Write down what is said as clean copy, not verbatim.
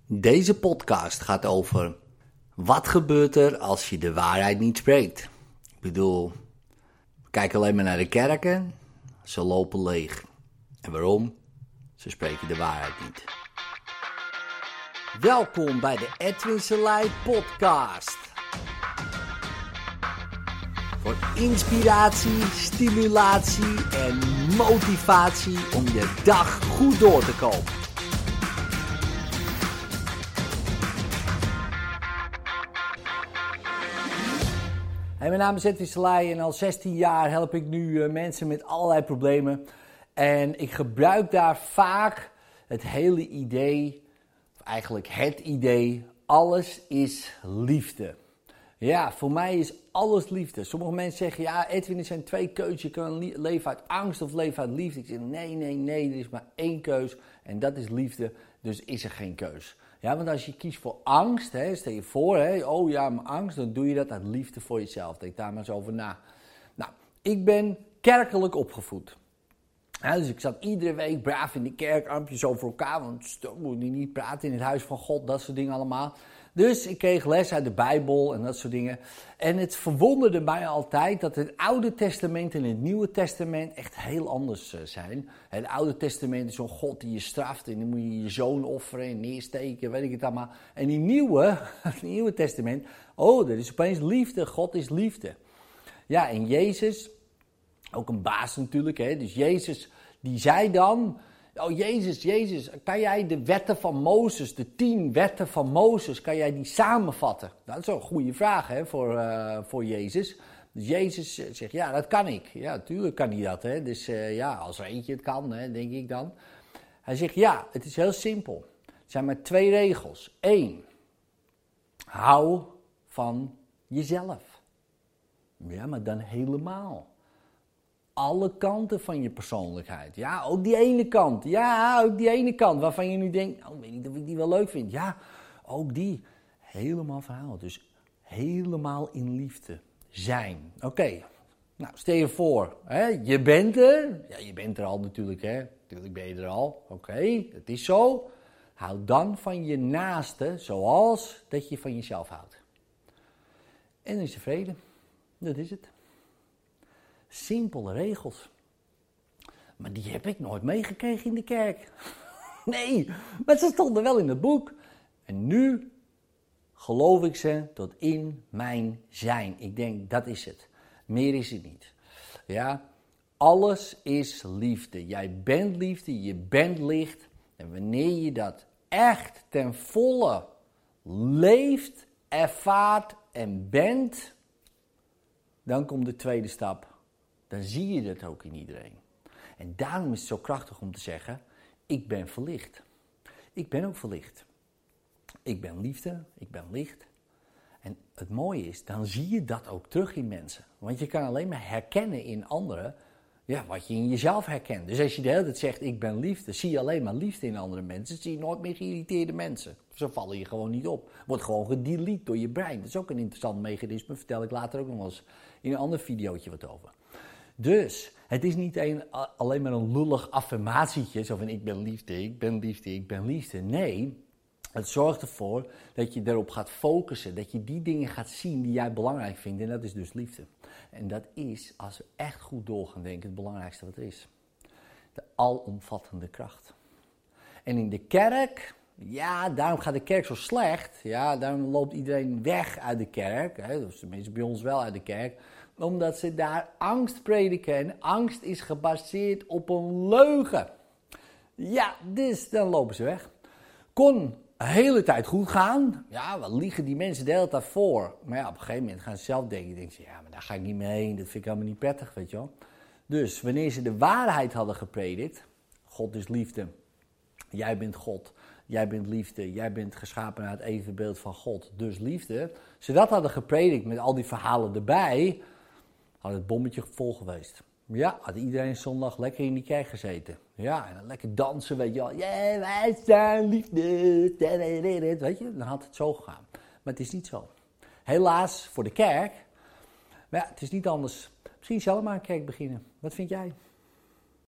Deze podcast gaat over wat gebeurt er als je de waarheid niet spreekt. Ik bedoel, kijk alleen maar naar de kerken, ze lopen leeg. En waarom? Ze spreken de waarheid niet. Welkom bij de Edwin Selei podcast. Voor inspiratie, stimulatie en motivatie om je dag goed door te komen. Hey, mijn naam is Edwin Selei en al 16 jaar help ik nu mensen met allerlei problemen. En ik gebruik daar vaak het hele idee, of eigenlijk het idee, alles is liefde. Ja, voor mij is alles liefde. Sommige mensen zeggen, ja Edwin, er zijn twee keuzes. Je kan leven uit angst of leven uit liefde. Ik zeg, nee, er is maar één keus en dat is liefde, dus is er geen keus. Ja, want als je kiest voor angst, stel je voor, oh ja, mijn angst, dan doe je dat uit liefde voor jezelf. Denk daar maar eens over na. Nou, ik ben kerkelijk opgevoed. Ja, dus ik zat iedere week braaf in de kerk, armpjes over elkaar, want moet je niet praten in het huis van God, dat soort dingen allemaal. Dus ik kreeg les uit de Bijbel en dat soort dingen. En het verwonderde mij altijd dat het Oude Testament en het Nieuwe Testament echt heel anders zijn. Het Oude Testament is zo'n God die je straft en dan moet je je zoon offeren en neersteken, weet ik het allemaal. En het Nieuwe Testament, dat is opeens liefde, God is liefde. Ja, en Jezus, ook een baas natuurlijk, dus Jezus die zei dan, oh Jezus, kan jij de wetten van Mozes, de 10 wetten van Mozes, kan jij die samenvatten? Dat is wel een goede vraag voor Jezus. Dus Jezus zegt, ja dat kan ik. Ja, natuurlijk kan hij dat. Dus als er eentje het kan, denk ik dan. Hij zegt, ja, het is heel simpel. Er zijn maar 2 regels. 1, hou van jezelf. Ja, maar dan helemaal. Alle kanten van je persoonlijkheid. Ja, ook die ene kant. Ja, ook die ene kant waarvan je nu denkt, ik weet niet of ik die wel leuk vind. Ja, ook die. Helemaal verhaal. Dus helemaal in liefde zijn. Oké. Nou, stel je voor, je bent er. Ja, je bent er al natuurlijk, Natuurlijk ben je er al. Oké, dat is zo. Hou dan van je naaste zoals dat je van jezelf houdt. En dan is de vrede. Dat is het. Simpele regels. Maar die heb ik nooit meegekregen in de kerk. Nee, maar ze stonden wel in het boek. En nu geloof ik ze tot in mijn zijn. Ik denk, dat is het. Meer is het niet. Ja, alles is liefde. Jij bent liefde, je bent licht. En wanneer je dat echt ten volle leeft, ervaart en bent, dan komt de tweede stap. Dan zie je dat ook in iedereen. En daarom is het zo krachtig om te zeggen, ik ben verlicht. Ik ben ook verlicht. Ik ben liefde, ik ben licht. En het mooie is, dan zie je dat ook terug in mensen. Want je kan alleen maar herkennen in anderen, wat je in jezelf herkent. Dus als je de hele tijd zegt, ik ben liefde, zie je alleen maar liefde in andere mensen. Zie je nooit meer geïrriteerde mensen. Ze vallen je gewoon niet op. Wordt gewoon gedelete door je brein. Dat is ook een interessant mechanisme, vertel ik later ook nog wel eens in een ander videootje wat over. Dus, het is niet alleen maar een lullig affirmatietje, zo van ik ben liefde, ik ben liefde, ik ben liefde. Nee, het zorgt ervoor dat je erop gaat focussen, dat je die dingen gaat zien die jij belangrijk vindt en dat is dus liefde. En dat is, als we echt goed door gaan denken, het belangrijkste wat er is. De alomvattende kracht. En in de kerk, daarom gaat de kerk zo slecht, daarom loopt iedereen weg uit de kerk, dus tenminste bij ons wel uit de kerk, omdat ze daar angst prediken. En angst is gebaseerd op een leugen. Ja, dus dan lopen ze weg. Kon een hele tijd goed gaan. Ja, wat liegen die mensen de hele tijd voor. Maar ja, op een gegeven moment gaan ze zelf denken. Denken ze, maar daar ga ik niet mee heen. Dat vind ik helemaal niet prettig, weet je wel. Dus wanneer ze de waarheid hadden gepredikt. God is liefde. Jij bent God. Jij bent liefde. Jij bent geschapen naar het evenbeeld van God. Dus liefde. Ze dat hadden gepredikt met al die verhalen erbij, had het bommetje vol geweest. Ja, had iedereen zondag lekker in die kerk gezeten. Ja, en dan lekker dansen, weet je wel. Ja, wij zijn liefde. Weet je, dan had het zo gegaan. Maar het is niet zo. Helaas voor de kerk. Maar ja, het is niet anders. Misschien zelf maar een kerk beginnen. Wat vind jij?